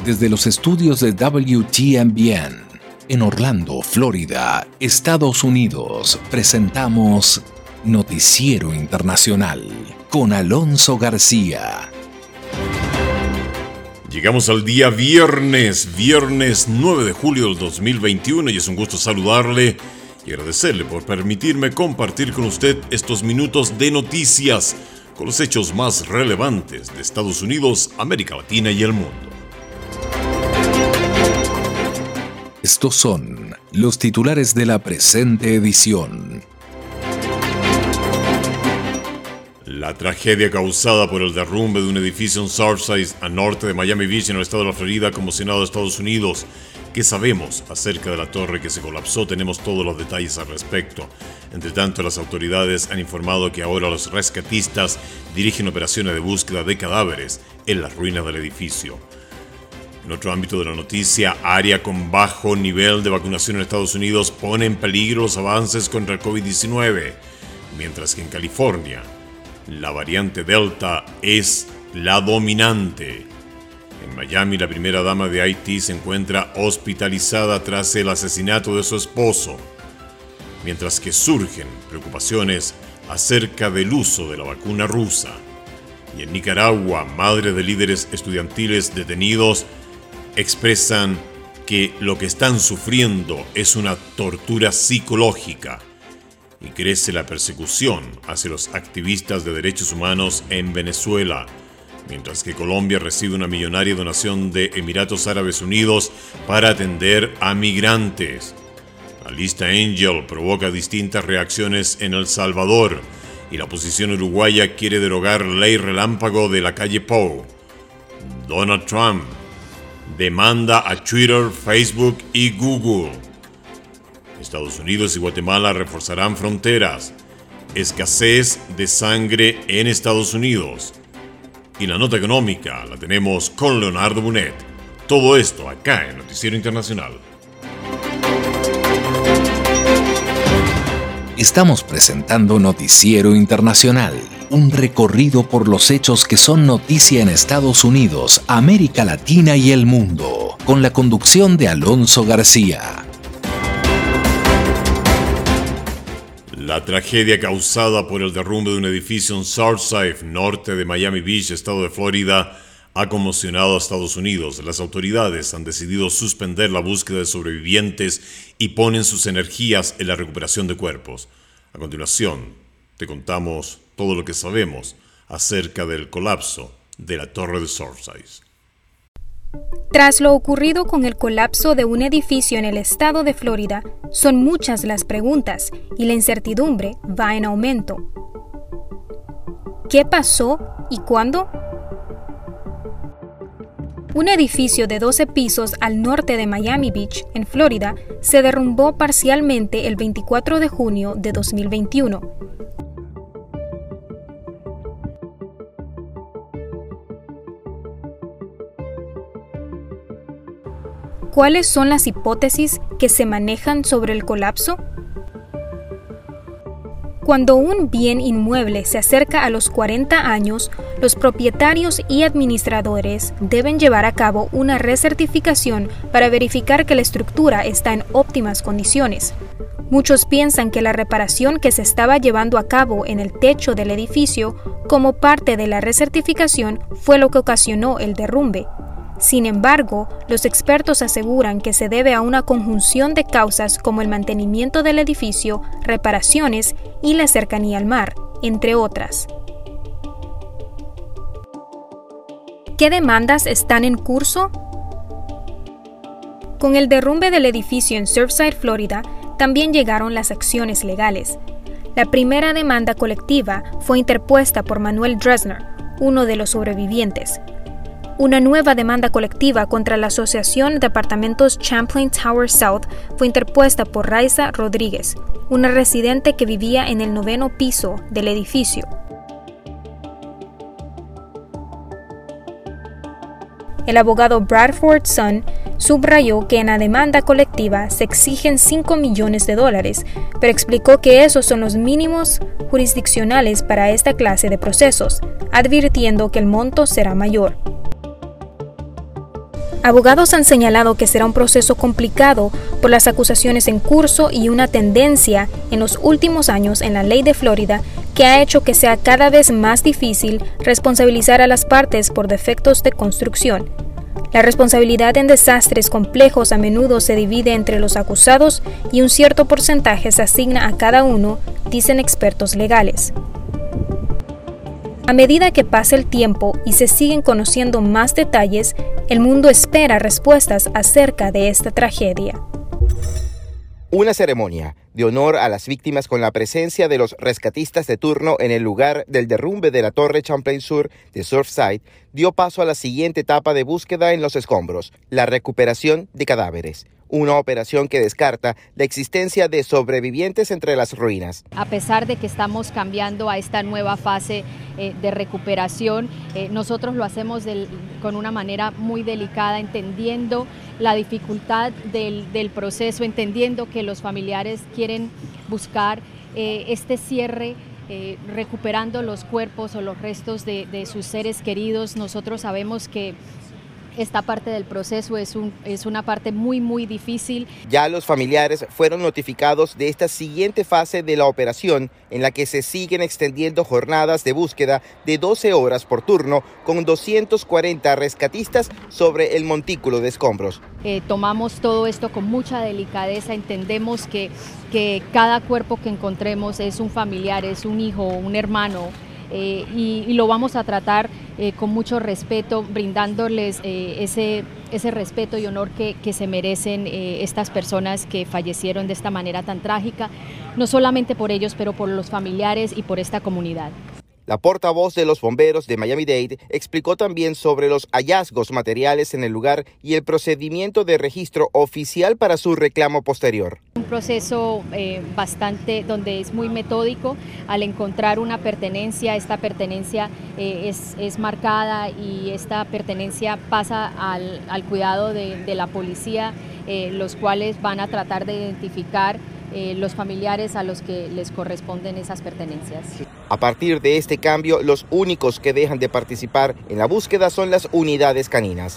Desde los estudios de WTMBN en Orlando, Florida, Estados Unidos, presentamos Noticiero Internacional con Alonso García. Llegamos al día viernes 9 de julio del 2021 y es un gusto saludarle y agradecerle por permitirme compartir con usted estos minutos de noticias con los hechos más relevantes de Estados Unidos, América Latina y el mundo. Estos son los titulares de la presente edición. La tragedia causada por el derrumbe de un edificio en Surfside, al norte de Miami Beach, en el estado de la Florida, ha conmocionado a Estados Unidos. ¿Qué sabemos acerca de la torre que se colapsó? Tenemos todos los detalles al respecto. Entre tanto, las autoridades han informado que ahora los rescatistas dirigen operaciones de búsqueda de cadáveres en las ruinas del edificio. En otro ámbito de la noticia, área con bajo nivel de vacunación en Estados Unidos pone en peligro los avances contra el COVID-19, mientras que en California, la variante Delta es la dominante. En Miami, la primera dama de Haití se encuentra hospitalizada tras el asesinato de su esposo, mientras que surgen preocupaciones acerca del uso de la vacuna rusa. Y en Nicaragua, madres de líderes estudiantiles detenidos expresan que lo que están sufriendo es una tortura psicológica y crece la persecución hacia los activistas de derechos humanos en Venezuela, mientras que Colombia recibe una millonaria donación de Emiratos Árabes Unidos para atender a migrantes. La lista Angel provoca distintas reacciones en El Salvador y la oposición uruguaya quiere derogar ley relámpago de la calle Pou. Donald Trump demanda a Twitter, Facebook y Google. Estados Unidos y Guatemala reforzarán fronteras. Escasez de sangre en Estados Unidos. Y la nota económica la tenemos con Leonardo Bonet. Todo esto acá en Noticiero Internacional. Estamos presentando Noticiero Internacional, un recorrido por los hechos que son noticia en Estados Unidos, América Latina y el mundo, con la conducción de Alonso García. La tragedia causada por el derrumbe de un edificio en Surfside, norte de Miami Beach, estado de Florida, ha conmocionado a Estados Unidos. Las autoridades han decidido suspender la búsqueda de sobrevivientes y ponen sus energías en la recuperación de cuerpos. A continuación, te contamos todo lo que sabemos acerca del colapso de la torre de Surfside. Tras lo ocurrido con el colapso de un edificio en el estado de Florida, son muchas las preguntas y la incertidumbre va en aumento. ¿Qué pasó y cuándo? Un edificio de 12 pisos al norte de Miami Beach, en Florida, se derrumbó parcialmente el 24 de junio de 2021. ¿Cuáles son las hipótesis que se manejan sobre el colapso? Cuando un bien inmueble se acerca a los 40 años, los propietarios y administradores deben llevar a cabo una recertificación para verificar que la estructura está en óptimas condiciones. Muchos piensan que la reparación que se estaba llevando a cabo en el techo del edificio como parte de la recertificación fue lo que ocasionó el derrumbe. Sin embargo, los expertos aseguran que se debe a una conjunción de causas como el mantenimiento del edificio, reparaciones y la cercanía al mar, entre otras. ¿Qué demandas están en curso? Con el derrumbe del edificio en Surfside, Florida, también llegaron las acciones legales. La primera demanda colectiva fue interpuesta por Manuel Dresner, uno de los sobrevivientes. Una nueva demanda colectiva contra la Asociación de Apartamentos Champlain Tower South fue interpuesta por Raiza Rodríguez, una residente que vivía en el 9º piso del edificio. El abogado Bradford Sun subrayó que en la demanda colectiva se exigen $5 millones, pero explicó que esos son los mínimos jurisdiccionales para esta clase de procesos, advirtiendo que el monto será mayor. Abogados han señalado que será un proceso complicado por las acusaciones en curso y una tendencia en los últimos años en la ley de Florida que ha hecho que sea cada vez más difícil responsabilizar a las partes por defectos de construcción. La responsabilidad en desastres complejos a menudo se divide entre los acusados y un cierto porcentaje se asigna a cada uno, dicen expertos legales. A medida que pasa el tiempo y se siguen conociendo más detalles, el mundo espera respuestas acerca de esta tragedia. Una ceremonia de honor a las víctimas con la presencia de los rescatistas de turno en el lugar del derrumbe de la Torre Champlain Sur de Surfside dio paso a la siguiente etapa de búsqueda en los escombros, la recuperación de cadáveres. Una operación que descarta la existencia de sobrevivientes entre las ruinas. A pesar de que estamos cambiando a esta nueva fase de recuperación, nosotros lo hacemos con una manera muy delicada, entendiendo la dificultad del proceso, entendiendo que los familiares quieren buscar este cierre, recuperando los cuerpos o los restos de sus seres queridos. Nosotros sabemos que esta parte del proceso es una parte muy difícil. Ya los familiares fueron notificados de esta siguiente fase de la operación, en la que se siguen extendiendo jornadas de búsqueda de 12 horas por turno con 240 rescatistas sobre el montículo de escombros. Tomamos todo esto con mucha delicadeza, entendemos que cada cuerpo que encontremos es un familiar, es un hijo, un hermano. Y lo vamos a tratar con mucho respeto, brindándoles ese respeto y honor que se merecen estas personas que fallecieron de esta manera tan trágica, no solamente por ellos, pero por los familiares y por esta comunidad. La portavoz de los bomberos de Miami-Dade explicó también sobre los hallazgos materiales en el lugar y el procedimiento de registro oficial para su reclamo posterior. Un proceso donde es muy metódico. Al encontrar una pertenencia, esta pertenencia es marcada y esta pertenencia pasa al cuidado de la policía, los cuales van a tratar de identificar los familiares a los que les corresponden esas pertenencias. A partir de este cambio, los únicos que dejan de participar en la búsqueda son las unidades caninas.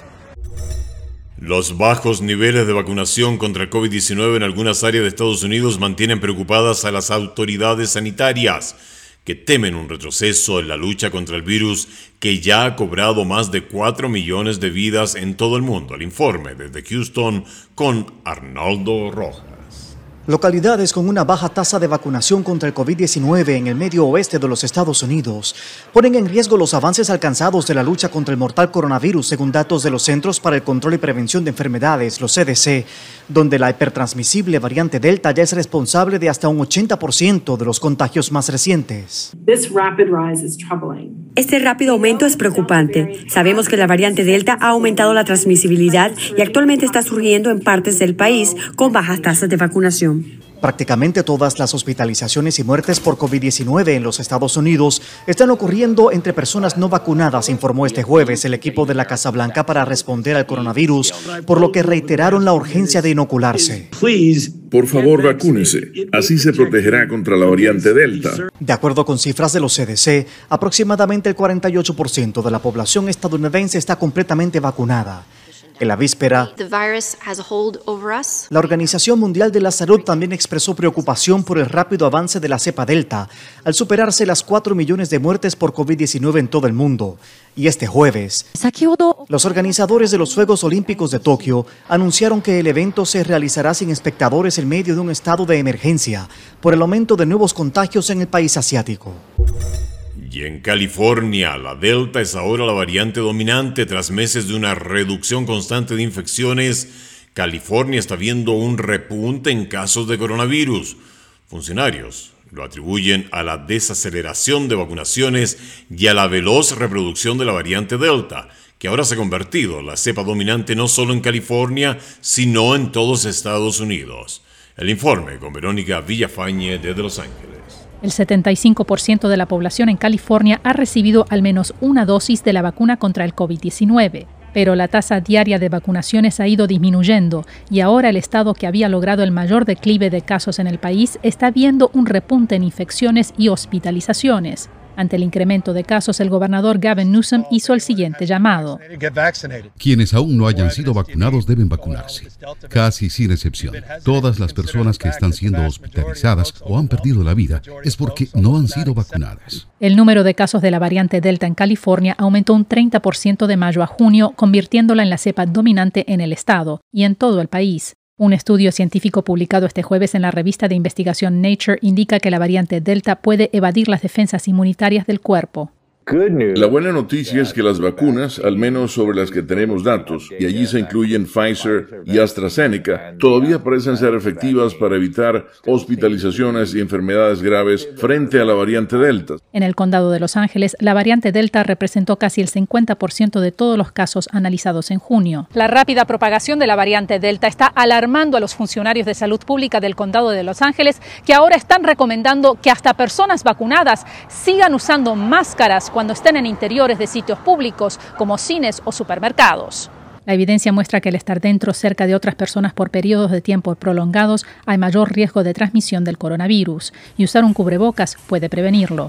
Los bajos niveles de vacunación contra el COVID-19 en algunas áreas de Estados Unidos mantienen preocupadas a las autoridades sanitarias, que temen un retroceso en la lucha contra el virus que ya ha cobrado más de 4 millones de vidas en todo el mundo. El informe desde Houston con Arnaldo Rojas. Localidades con una baja tasa de vacunación contra el COVID-19 en el medio oeste de los Estados Unidos ponen en riesgo los avances alcanzados de la lucha contra el mortal coronavirus, según datos de los Centros para el Control y Prevención de Enfermedades, los CDC, donde la hipertransmisible variante Delta ya es responsable de hasta un 80% de los contagios más recientes. Este rápido aumento es preocupante. Sabemos que la variante Delta ha aumentado la transmisibilidad y actualmente está surgiendo en partes del país con bajas tasas de vacunación. Prácticamente todas las hospitalizaciones y muertes por COVID-19 en los Estados Unidos están ocurriendo entre personas no vacunadas, informó este jueves el equipo de la Casa Blanca para responder al coronavirus, por lo que reiteraron la urgencia de inocularse. Por favor, vacúnese. Así se protegerá contra la variante Delta. De acuerdo con cifras de los CDC, aproximadamente el 48% de la población estadounidense está completamente vacunada. En la víspera, la Organización Mundial de la Salud también expresó preocupación por el rápido avance de la cepa Delta, al superarse las 4 millones de muertes por COVID-19 en todo el mundo. Y este jueves, los organizadores de los Juegos Olímpicos de Tokio anunciaron que el evento se realizará sin espectadores en medio de un estado de emergencia por el aumento de nuevos contagios en el país asiático. Y en California, la Delta es ahora la variante dominante tras meses de una reducción constante de infecciones. California está viendo un repunte en casos de coronavirus. Funcionarios lo atribuyen a la desaceleración de vacunaciones y a la veloz reproducción de la variante Delta, que ahora se ha convertido en la cepa dominante no solo en California, sino en todos Estados Unidos. El informe con Verónica Villafañe desde Los Ángeles. El 75% de la población en California ha recibido al menos una dosis de la vacuna contra el COVID-19, pero la tasa diaria de vacunaciones ha ido disminuyendo y ahora el estado que había logrado el mayor declive de casos en el país está viendo un repunte en infecciones y hospitalizaciones. Ante el incremento de casos, el gobernador Gavin Newsom hizo el siguiente llamado. Quienes aún no hayan sido vacunados deben vacunarse, casi sin excepción. Todas las personas que están siendo hospitalizadas o han perdido la vida es porque no han sido vacunadas. El número de casos de la variante Delta en California aumentó un 30% de mayo a junio, convirtiéndola en la cepa dominante en el estado y en todo el país. Un estudio científico publicado este jueves en la revista de investigación Nature indica que la variante Delta puede evadir las defensas inmunitarias del cuerpo. La buena noticia es que las vacunas, al menos sobre las que tenemos datos, y allí se incluyen Pfizer y AstraZeneca, todavía parecen ser efectivas para evitar hospitalizaciones y enfermedades graves frente a la variante Delta. En el condado de Los Ángeles, la variante Delta representó casi el 50% de todos los casos analizados en junio. La rápida propagación de la variante Delta está alarmando a los funcionarios de salud pública del condado de Los Ángeles, que ahora están recomendando que hasta personas vacunadas sigan usando máscaras cuando estén en interiores de sitios públicos como cines o supermercados. La evidencia muestra que al estar dentro cerca de otras personas por periodos de tiempo prolongados hay mayor riesgo de transmisión del coronavirus y usar un cubrebocas puede prevenirlo.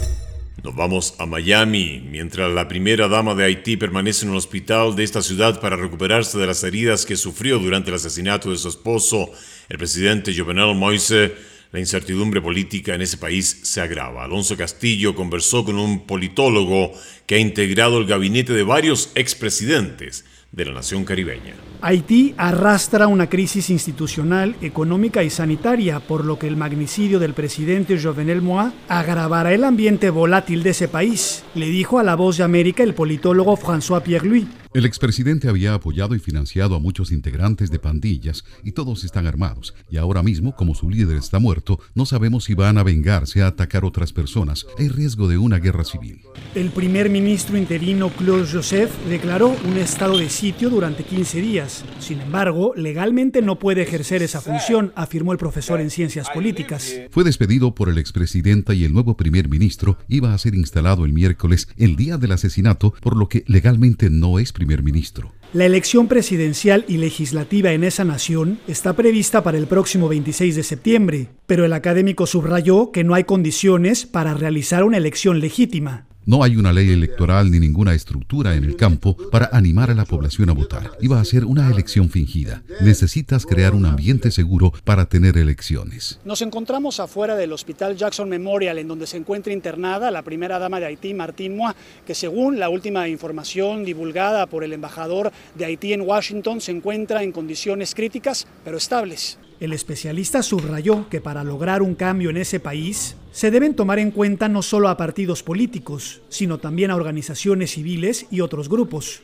Nos vamos a Miami, mientras la primera dama de Haití permanece en un hospital de esta ciudad para recuperarse de las heridas que sufrió durante el asesinato de su esposo, el presidente Jovenel Moïse. La incertidumbre política en ese país se agrava. Alonso Castillo conversó con un politólogo que ha integrado el gabinete de varios expresidentes de la nación caribeña. Haití arrastra una crisis institucional, económica y sanitaria, por lo que el magnicidio del presidente Jovenel Moïse agravará el ambiente volátil de ese país, le dijo a La Voz de América el politólogo François Pierre-Louis. El expresidente había apoyado y financiado a muchos integrantes de pandillas y todos están armados. Y ahora mismo, como su líder está muerto, no sabemos si van a vengarse a atacar otras personas. Hay riesgo de una guerra civil. El primer ministro interino Claude Joseph declaró un estado de sitio durante 15 días. Sin embargo, legalmente no puede ejercer esa función, afirmó el profesor en ciencias políticas. Fue despedido por el expresidente y el nuevo primer ministro iba a ser instalado el miércoles, el día del asesinato, por lo que legalmente no es primer ministro. La elección presidencial y legislativa en esa nación está prevista para el próximo 26 de septiembre, pero el académico subrayó que no hay condiciones para realizar una elección legítima. No hay una ley electoral ni ninguna estructura en el campo para animar a la población a votar. Iba a ser una elección fingida. Necesitas crear un ambiente seguro para tener elecciones. Nos encontramos afuera del Hospital Jackson Memorial, en donde se encuentra internada la primera dama de Haití, Martine Moïse, que según la última información divulgada por el embajador de Haití en Washington, se encuentra en condiciones críticas, pero estables. El especialista subrayó que para lograr un cambio en ese país, se deben tomar en cuenta no solo a partidos políticos, sino también a organizaciones civiles y otros grupos.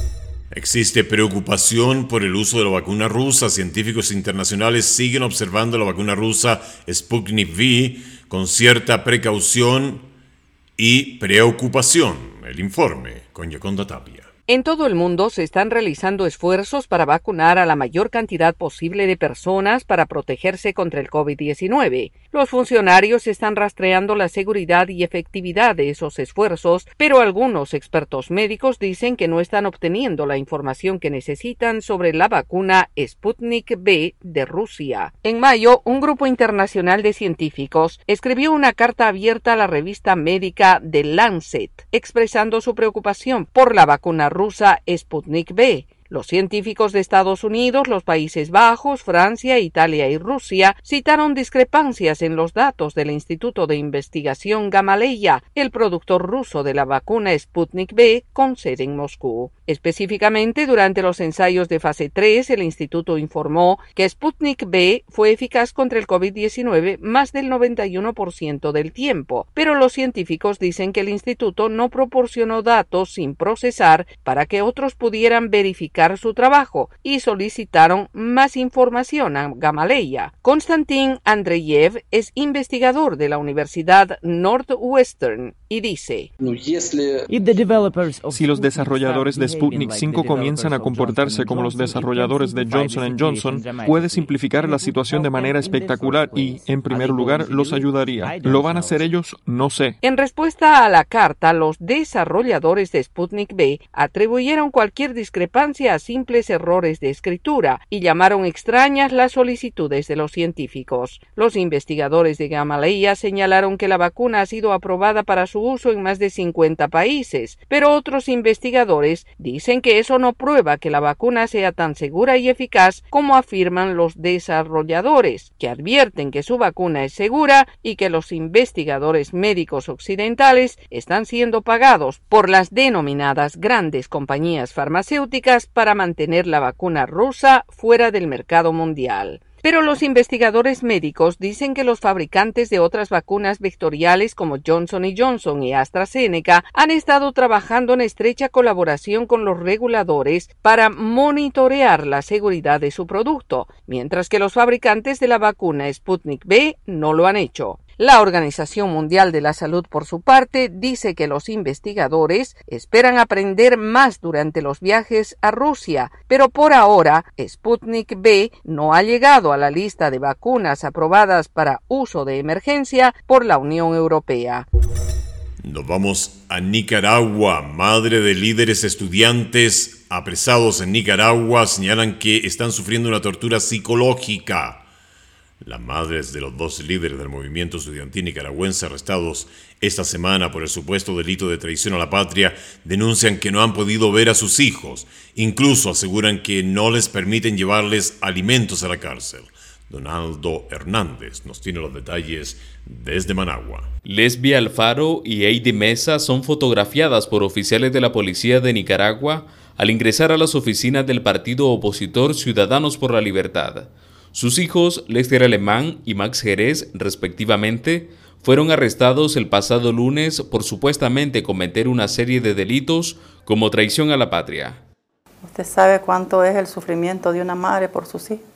Existe preocupación por el uso de la vacuna rusa. Científicos internacionales siguen observando la vacuna rusa Sputnik V con cierta precaución y preocupación. El informe con Yaconda Tapia. En todo el mundo se están realizando esfuerzos para vacunar a la mayor cantidad posible de personas para protegerse contra el COVID-19. Los funcionarios están rastreando la seguridad y efectividad de esos esfuerzos, pero algunos expertos médicos dicen que no están obteniendo la información que necesitan sobre la vacuna Sputnik V de Rusia. En mayo, un grupo internacional de científicos escribió una carta abierta a la revista médica The Lancet, expresando su preocupación por la vacuna rusa Sputnik V. Los científicos de Estados Unidos, los Países Bajos, Francia, Italia y Rusia citaron discrepancias en los datos del Instituto de Investigación Gamaleya, el productor ruso de la vacuna Sputnik V con sede en Moscú. Específicamente, durante los ensayos de fase 3, el instituto informó que Sputnik V fue eficaz contra el COVID-19 más del 91% del tiempo, pero los científicos dicen que el instituto no proporcionó datos sin procesar para que otros pudieran verificar su trabajo y solicitaron más información a Gamaleya. Konstantin Andreyev es investigador de la Universidad Northwestern y dice: Si los desarrolladores de Sputnik 5 comienzan a comportarse como los desarrolladores de Johnson & Johnson, puede simplificar la situación de manera espectacular y, en primer lugar, los ayudaría. ¿Lo van a hacer ellos? No sé. En respuesta a la carta, los desarrolladores de Sputnik V atribuyeron cualquier discrepancia a simples errores de escritura y llamaron extrañas las solicitudes de los científicos. Los investigadores de Gamaleya señalaron que la vacuna ha sido aprobada para su uso en más de 50 países, pero otros investigadores dicen que eso no prueba que la vacuna sea tan segura y eficaz como afirman los desarrolladores, que advierten que su vacuna es segura y que los investigadores médicos occidentales están siendo pagados por las denominadas grandes compañías farmacéuticas para mantener la vacuna rusa fuera del mercado mundial. Pero los investigadores médicos dicen que los fabricantes de otras vacunas vectoriales como Johnson & Johnson y AstraZeneca han estado trabajando en estrecha colaboración con los reguladores para monitorear la seguridad de su producto, mientras que los fabricantes de la vacuna Sputnik V no lo han hecho. La Organización Mundial de la Salud, por su parte, dice que los investigadores esperan aprender más durante los viajes a Rusia, pero por ahora Sputnik V no ha llegado a la lista de vacunas aprobadas para uso de emergencia por la Unión Europea. Nos vamos a Nicaragua. Madre de líderes estudiantes apresados en Nicaragua señalan que están sufriendo una tortura psicológica. Las madres de los dos líderes del movimiento estudiantil nicaragüense arrestados esta semana por el supuesto delito de traición a la patria denuncian que no han podido ver a sus hijos. Incluso aseguran que no les permiten llevarles alimentos a la cárcel. Donaldo Hernández nos tiene los detalles desde Managua. Lesbia Alfaro y Heidi Mesa son fotografiadas por oficiales de la policía de Nicaragua al ingresar a las oficinas del partido opositor Ciudadanos por la Libertad. Sus hijos, Lester Alemán y Max Jerez, respectivamente, fueron arrestados el pasado lunes por supuestamente cometer una serie de delitos como traición a la patria. Usted sabe cuánto es el sufrimiento de una madre por sus hijos.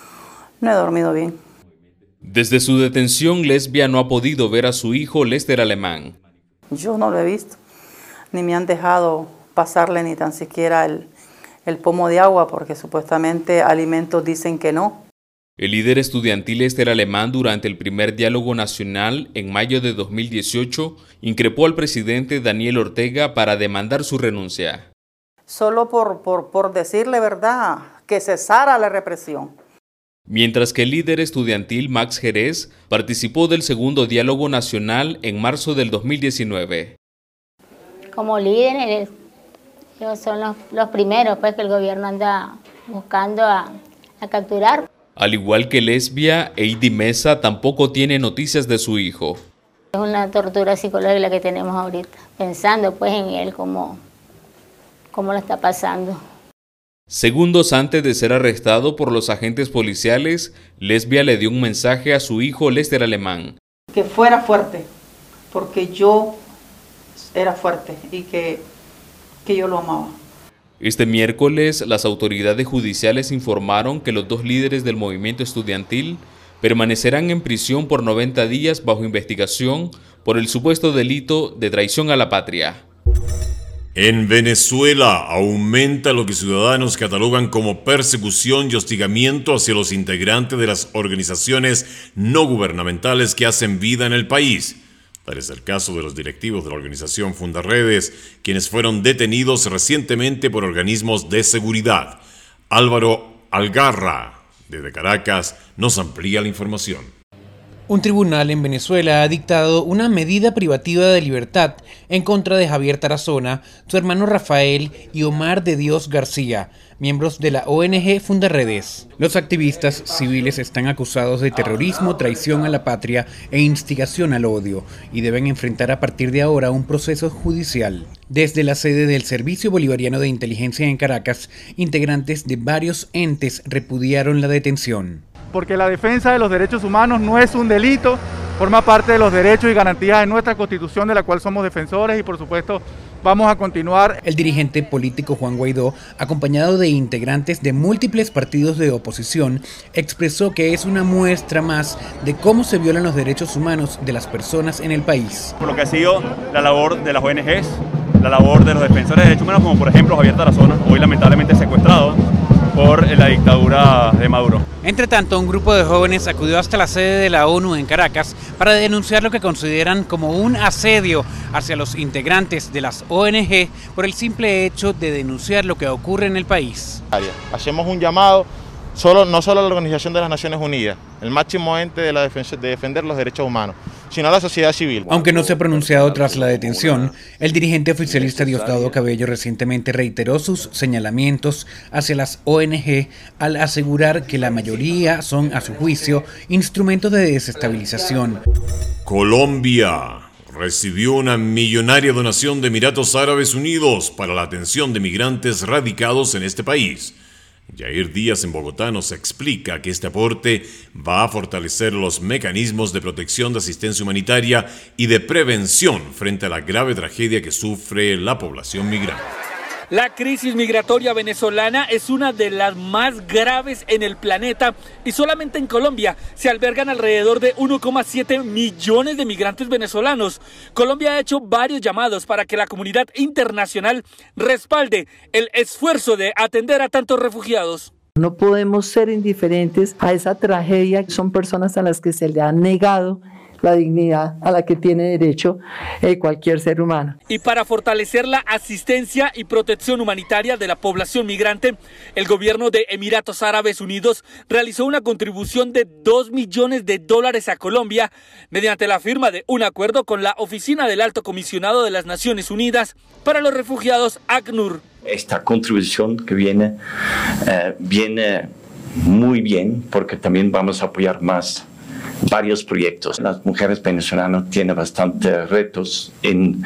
No he dormido bien. Desde su detención, Lesbia no ha podido ver a su hijo Lester Alemán. Yo no lo he visto, ni me han dejado pasarle ni tan siquiera el pomo de agua, porque supuestamente alimentos dicen que no. El líder estudiantil Lester Alemán, durante el primer diálogo nacional en mayo de 2018, increpó al presidente Daniel Ortega para demandar su renuncia. Solo por decirle verdad, que cesara la represión. Mientras que el líder estudiantil Max Jerez participó del segundo diálogo nacional en marzo del 2019. Como líderes, ellos son los primeros pues, que el gobierno anda buscando a capturar. Al igual que Lesbia, Heidi Mesa tampoco tiene noticias de su hijo. Es una tortura psicológica la que tenemos ahorita, pensando pues en él, cómo lo está pasando. Segundos antes de ser arrestado por los agentes policiales, Lesbia le dio un mensaje a su hijo Lester Alemán. Que fuera fuerte, porque yo era fuerte y que yo lo amaba. Este miércoles, las autoridades judiciales informaron que los dos líderes del movimiento estudiantil permanecerán en prisión por 90 días bajo investigación por el supuesto delito de traición a la patria. En Venezuela aumenta lo que ciudadanos catalogan como persecución y hostigamiento hacia los integrantes de las organizaciones no gubernamentales que hacen vida en el país. Tal es el caso de los directivos de la organización Fundaredes, quienes fueron detenidos recientemente por organismos de seguridad. Álvaro Algarra, desde Caracas, nos amplía la información. Un tribunal en Venezuela ha dictado una medida privativa de libertad en contra de Javier Tarazona, su hermano Rafael y Omar de Dios García, miembros de la ONG Fundaredes. Los activistas civiles están acusados de terrorismo, traición a la patria e instigación al odio y deben enfrentar a partir de ahora un proceso judicial. Desde la sede del Servicio Bolivariano de Inteligencia en Caracas, integrantes de varios entes repudiaron la detención. Porque la defensa de los derechos humanos no es un delito, forma parte de los derechos y garantías de nuestra Constitución, de la cual somos defensores y por supuesto vamos a continuar. El dirigente político Juan Guaidó, acompañado de integrantes de múltiples partidos de oposición, expresó que es una muestra más de cómo se violan los derechos humanos de las personas en el país. Por lo que ha sido la labor de las ONGs, la labor de los defensores de derechos humanos, como por ejemplo Javier Tarazona, hoy lamentablemente secuestrado por la dictadura de Maduro. Entre tanto, un grupo de jóvenes acudió hasta la sede de la ONU en Caracas para denunciar lo que consideran como un asedio hacia los integrantes de las ONG por el simple hecho de denunciar lo que ocurre en el país. Hacemos un llamado no solo a la Organización de las Naciones Unidas, el máximo ente de defender los derechos humanos, sino a la sociedad civil. Aunque no se ha pronunciado tras la detención, el dirigente oficialista Diosdado Cabello recientemente reiteró sus señalamientos hacia las ONG al asegurar que la mayoría son, a su juicio, instrumentos de desestabilización. Colombia recibió una millonaria donación de Emiratos Árabes Unidos para la atención de migrantes radicados en este país. Yair Díaz en Bogotá nos explica que este aporte va a fortalecer los mecanismos de protección de asistencia humanitaria y de prevención frente a la grave tragedia que sufre la población migrante. La crisis migratoria venezolana es una de las más graves en el planeta y solamente en Colombia se albergan alrededor de 1,7 millones de migrantes venezolanos. Colombia ha hecho varios llamados para que la comunidad internacional respalde el esfuerzo de atender a tantos refugiados. No podemos ser indiferentes a esa tragedia. Son personas a las que se le ha negado la dignidad a la que tiene derecho cualquier ser humano. Y para fortalecer la asistencia y protección humanitaria de la población migrante, el gobierno de Emiratos Árabes Unidos realizó una contribución de $2 millones a Colombia mediante la firma de un acuerdo con la Oficina del Alto Comisionado de las Naciones Unidas para los Refugiados, ACNUR. Esta contribución que viene muy bien porque también vamos a apoyar más varios proyectos. Las mujeres venezolanas tienen bastantes retos en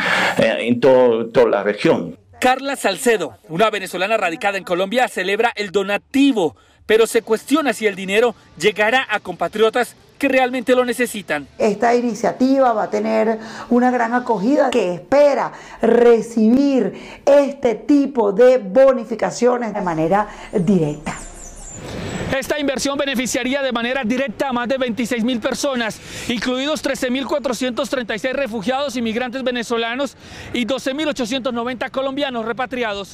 toda la región. Carla Salcedo, una venezolana radicada en Colombia, celebra el donativo, pero se cuestiona si el dinero llegará a compatriotas que realmente lo necesitan. Esta iniciativa va a tener una gran acogida que espera recibir este tipo de bonificaciones de manera directa. Esta inversión beneficiaría de manera directa a más de 26.000 personas, incluidos 13.436 refugiados y migrantes venezolanos y 12.890 colombianos repatriados.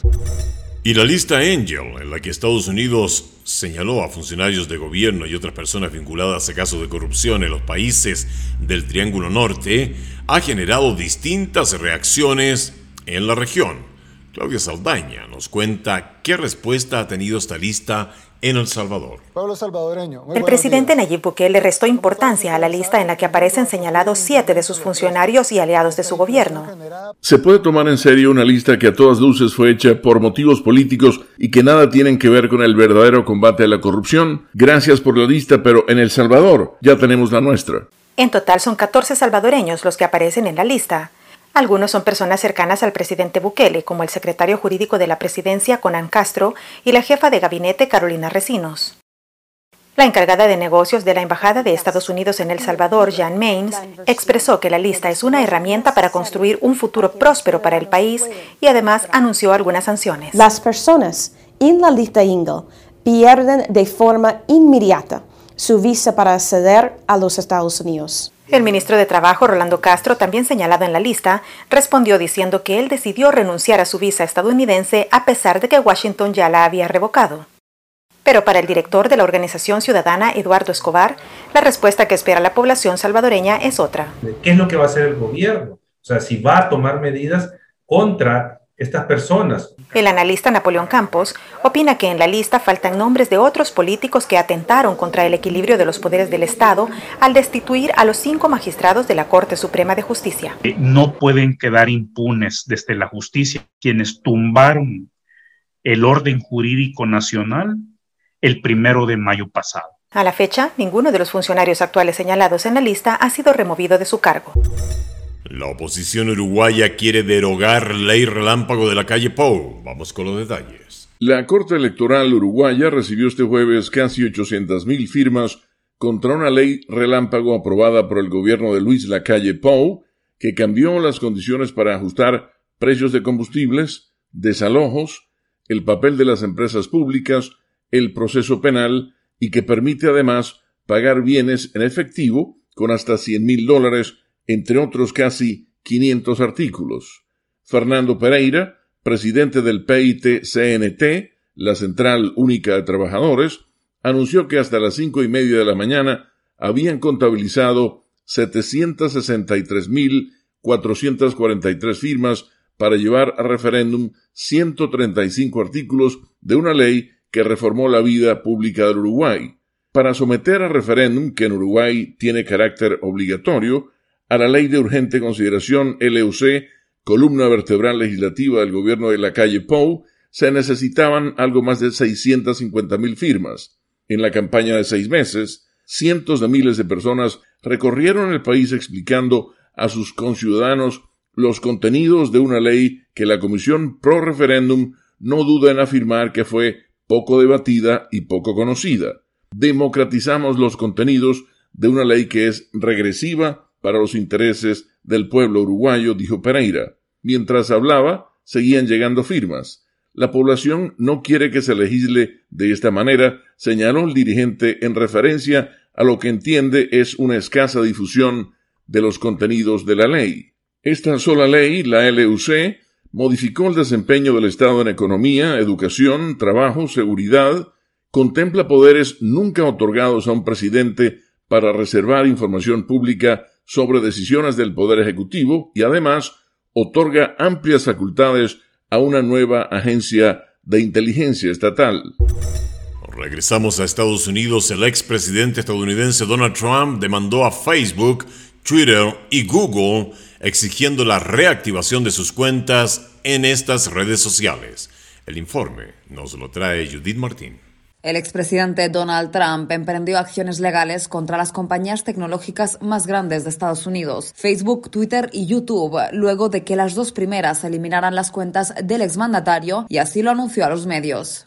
Y la lista Angel, en la que Estados Unidos señaló a funcionarios de gobierno y otras personas vinculadas a casos de corrupción en los países del Triángulo Norte, ha generado distintas reacciones en la región. Claudia Saldaña nos cuenta qué respuesta ha tenido esta lista en El Salvador. Pueblo salvadoreño. El presidente Nayib Bukele restó importancia a la lista en la que aparecen señalados 7 de sus funcionarios y aliados de su gobierno. Se puede tomar en serio una lista que a todas luces fue hecha por motivos políticos y que nada tienen que ver con el verdadero combate a la corrupción. Gracias por la lista, pero en El Salvador ya tenemos la nuestra. En total son 14 salvadoreños los que aparecen en la lista. Algunos son personas cercanas al presidente Bukele, como el secretario jurídico de la presidencia, Conan Castro, y la jefa de gabinete, Carolina Recinos. La encargada de negocios de la Embajada de Estados Unidos en El Salvador, Jan Maines, expresó que la lista es una herramienta para construir un futuro próspero para el país y además anunció algunas sanciones. Las personas en la lista Angel pierden de forma inmediata su visa para acceder a los Estados Unidos. El ministro de Trabajo, Rolando Castro, también señalado en la lista, respondió diciendo que él decidió renunciar a su visa estadounidense a pesar de que Washington ya la había revocado. Pero para el director de la organización ciudadana, Eduardo Escobar, la respuesta que espera la población salvadoreña es otra. ¿Qué es lo que va a hacer el gobierno? O sea, si va a tomar medidas contra estas personas. El analista Napoleón Campos opina que en la lista faltan nombres de otros políticos que atentaron contra el equilibrio de los poderes del Estado al destituir a los 5 magistrados de la Corte Suprema de Justicia. No pueden quedar impunes desde la justicia quienes tumbaron el orden jurídico nacional el 1 de mayo pasado. A la fecha, ninguno de los funcionarios actuales señalados en la lista ha sido removido de su cargo. La oposición uruguaya quiere derogar ley relámpago de la calle Pou. Vamos con los detalles. La Corte Electoral uruguaya recibió este jueves casi 800,000 firmas contra una ley relámpago aprobada por el gobierno de Luis Lacalle Pou, que cambió las condiciones para ajustar precios de combustibles, desalojos, el papel de las empresas públicas, el proceso penal y que permite además pagar bienes en efectivo con hasta $100,000, entre otros casi 500 artículos. Fernando Pereira, presidente del PIT-CNT, la Central Única de Trabajadores, anunció que hasta las 5:30 de la mañana habían contabilizado 763.443 firmas para llevar a referéndum 135 artículos de una ley que reformó la vida pública del Uruguay. Para someter a referéndum, que en Uruguay tiene carácter obligatorio, a la Ley de Urgente Consideración LUC, columna vertebral legislativa del gobierno de Lacalle Pou, se necesitaban algo más de 650.000 firmas. En la campaña de 6 meses, cientos de miles de personas recorrieron el país explicando a sus conciudadanos los contenidos de una ley que la Comisión Pro Referéndum no duda en afirmar que fue poco debatida y poco conocida. Democratizamos los contenidos de una ley que es regresiva para los intereses del pueblo uruguayo, dijo Pereira. Mientras hablaba, seguían llegando firmas. La población no quiere que se legisle de esta manera, señaló el dirigente en referencia a lo que entiende es una escasa difusión de los contenidos de la ley. Esta sola ley, la LUC, modificó el desempeño del Estado en economía, educación, trabajo, seguridad, contempla poderes nunca otorgados a un presidente para reservar información pública sobre decisiones del Poder Ejecutivo y además otorga amplias facultades a una nueva agencia de inteligencia estatal. Regresamos a Estados Unidos. El expresidente estadounidense Donald Trump demandó a Facebook, Twitter y Google exigiendo la reactivación de sus cuentas en estas redes sociales. El informe nos lo trae Judith Martín. El expresidente Donald Trump emprendió acciones legales contra las compañías tecnológicas más grandes de Estados Unidos, Facebook, Twitter y YouTube, luego de que las dos primeras eliminaran las cuentas del exmandatario, y así lo anunció a los medios.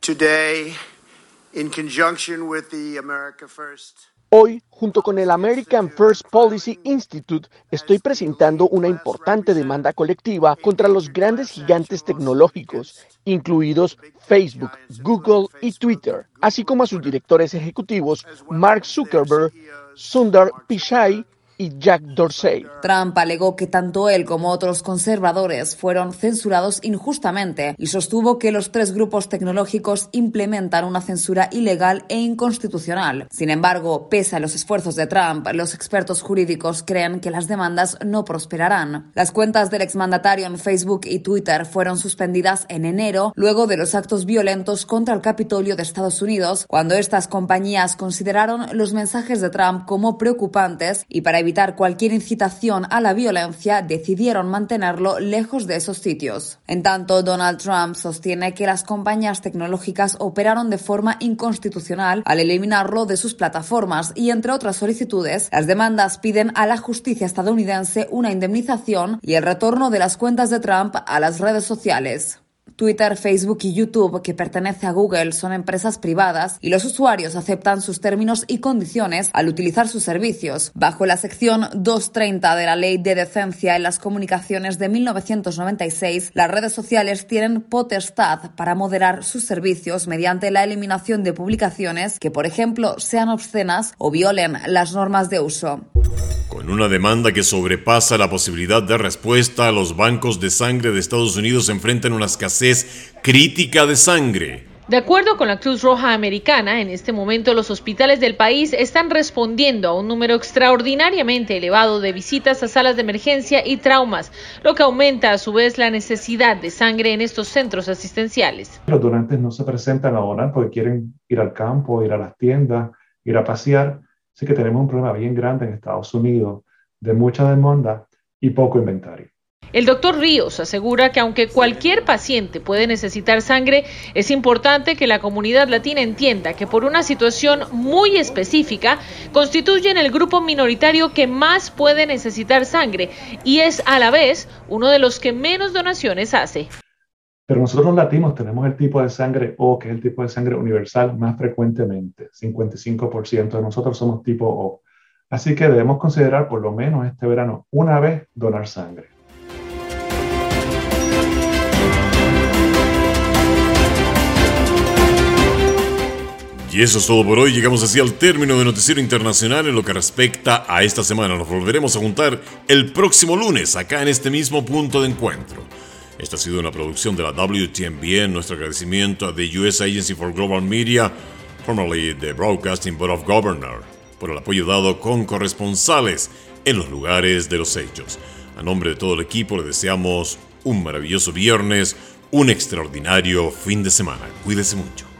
Hoy, junto con el American First Policy Institute, estoy presentando una importante demanda colectiva contra los grandes gigantes tecnológicos, incluidos Facebook, Google y Twitter, así como a sus directores ejecutivos Mark Zuckerberg, Sundar Pichai y Jack Dorsey. Trump alegó que tanto él como otros conservadores fueron censurados injustamente y sostuvo que los 3 grupos tecnológicos implementan una censura ilegal e inconstitucional. Sin embargo, pese a los esfuerzos de Trump, los expertos jurídicos creen que las demandas no prosperarán. Las cuentas del exmandatario en Facebook y Twitter fueron suspendidas en enero, luego de los actos violentos contra el Capitolio de Estados Unidos, cuando estas compañías consideraron los mensajes de Trump como preocupantes y para evitar cualquier incitación a la violencia, decidieron mantenerlo lejos de esos sitios. En tanto, Donald Trump sostiene que las compañías tecnológicas operaron de forma inconstitucional al eliminarlo de sus plataformas y, entre otras solicitudes, las demandas piden a la justicia estadounidense una indemnización y el retorno de las cuentas de Trump a las redes sociales. Twitter, Facebook y YouTube, que pertenece a Google, son empresas privadas y los usuarios aceptan sus términos y condiciones al utilizar sus servicios. Bajo la sección 230 de la Ley de Decencia en las Comunicaciones de 1996, las redes sociales tienen potestad para moderar sus servicios mediante la eliminación de publicaciones que, por ejemplo, sean obscenas o violen las normas de uso. Con una demanda que sobrepasa la posibilidad de respuesta, los bancos de sangre de Estados Unidos enfrentan una escasez crítica de sangre. De acuerdo con la Cruz Roja Americana, en este momento los hospitales del país están respondiendo a un número extraordinariamente elevado de visitas a salas de emergencia y traumas, lo que aumenta a su vez la necesidad de sangre en estos centros asistenciales. Los donantes no se presentan a donar porque quieren ir al campo, ir a las tiendas, ir a pasear. Así que tenemos un problema bien grande en Estados Unidos de mucha demanda y poco inventario. El doctor Ríos asegura que aunque cualquier paciente puede necesitar sangre, es importante que la comunidad latina entienda que por una situación muy específica constituyen el grupo minoritario que más puede necesitar sangre y es a la vez uno de los que menos donaciones hace. Pero nosotros los latinos tenemos el tipo de sangre O, que es el tipo de sangre universal más frecuentemente. 55% de nosotros somos tipo O. Así que debemos considerar por lo menos este verano una vez donar sangre. Y eso es todo por hoy. Llegamos así al término de Noticiero Internacional en lo que respecta a esta semana. Nos volveremos a juntar el próximo lunes acá en este mismo punto de encuentro. Esta ha sido una producción de la WTMBN. Nuestro agradecimiento a the U.S. Agency for Global Media, formerly the Broadcasting Board of Governors, por el apoyo dado con corresponsales en los lugares de los hechos. A nombre de todo el equipo le deseamos un maravilloso viernes, un extraordinario fin de semana. Cuídese mucho.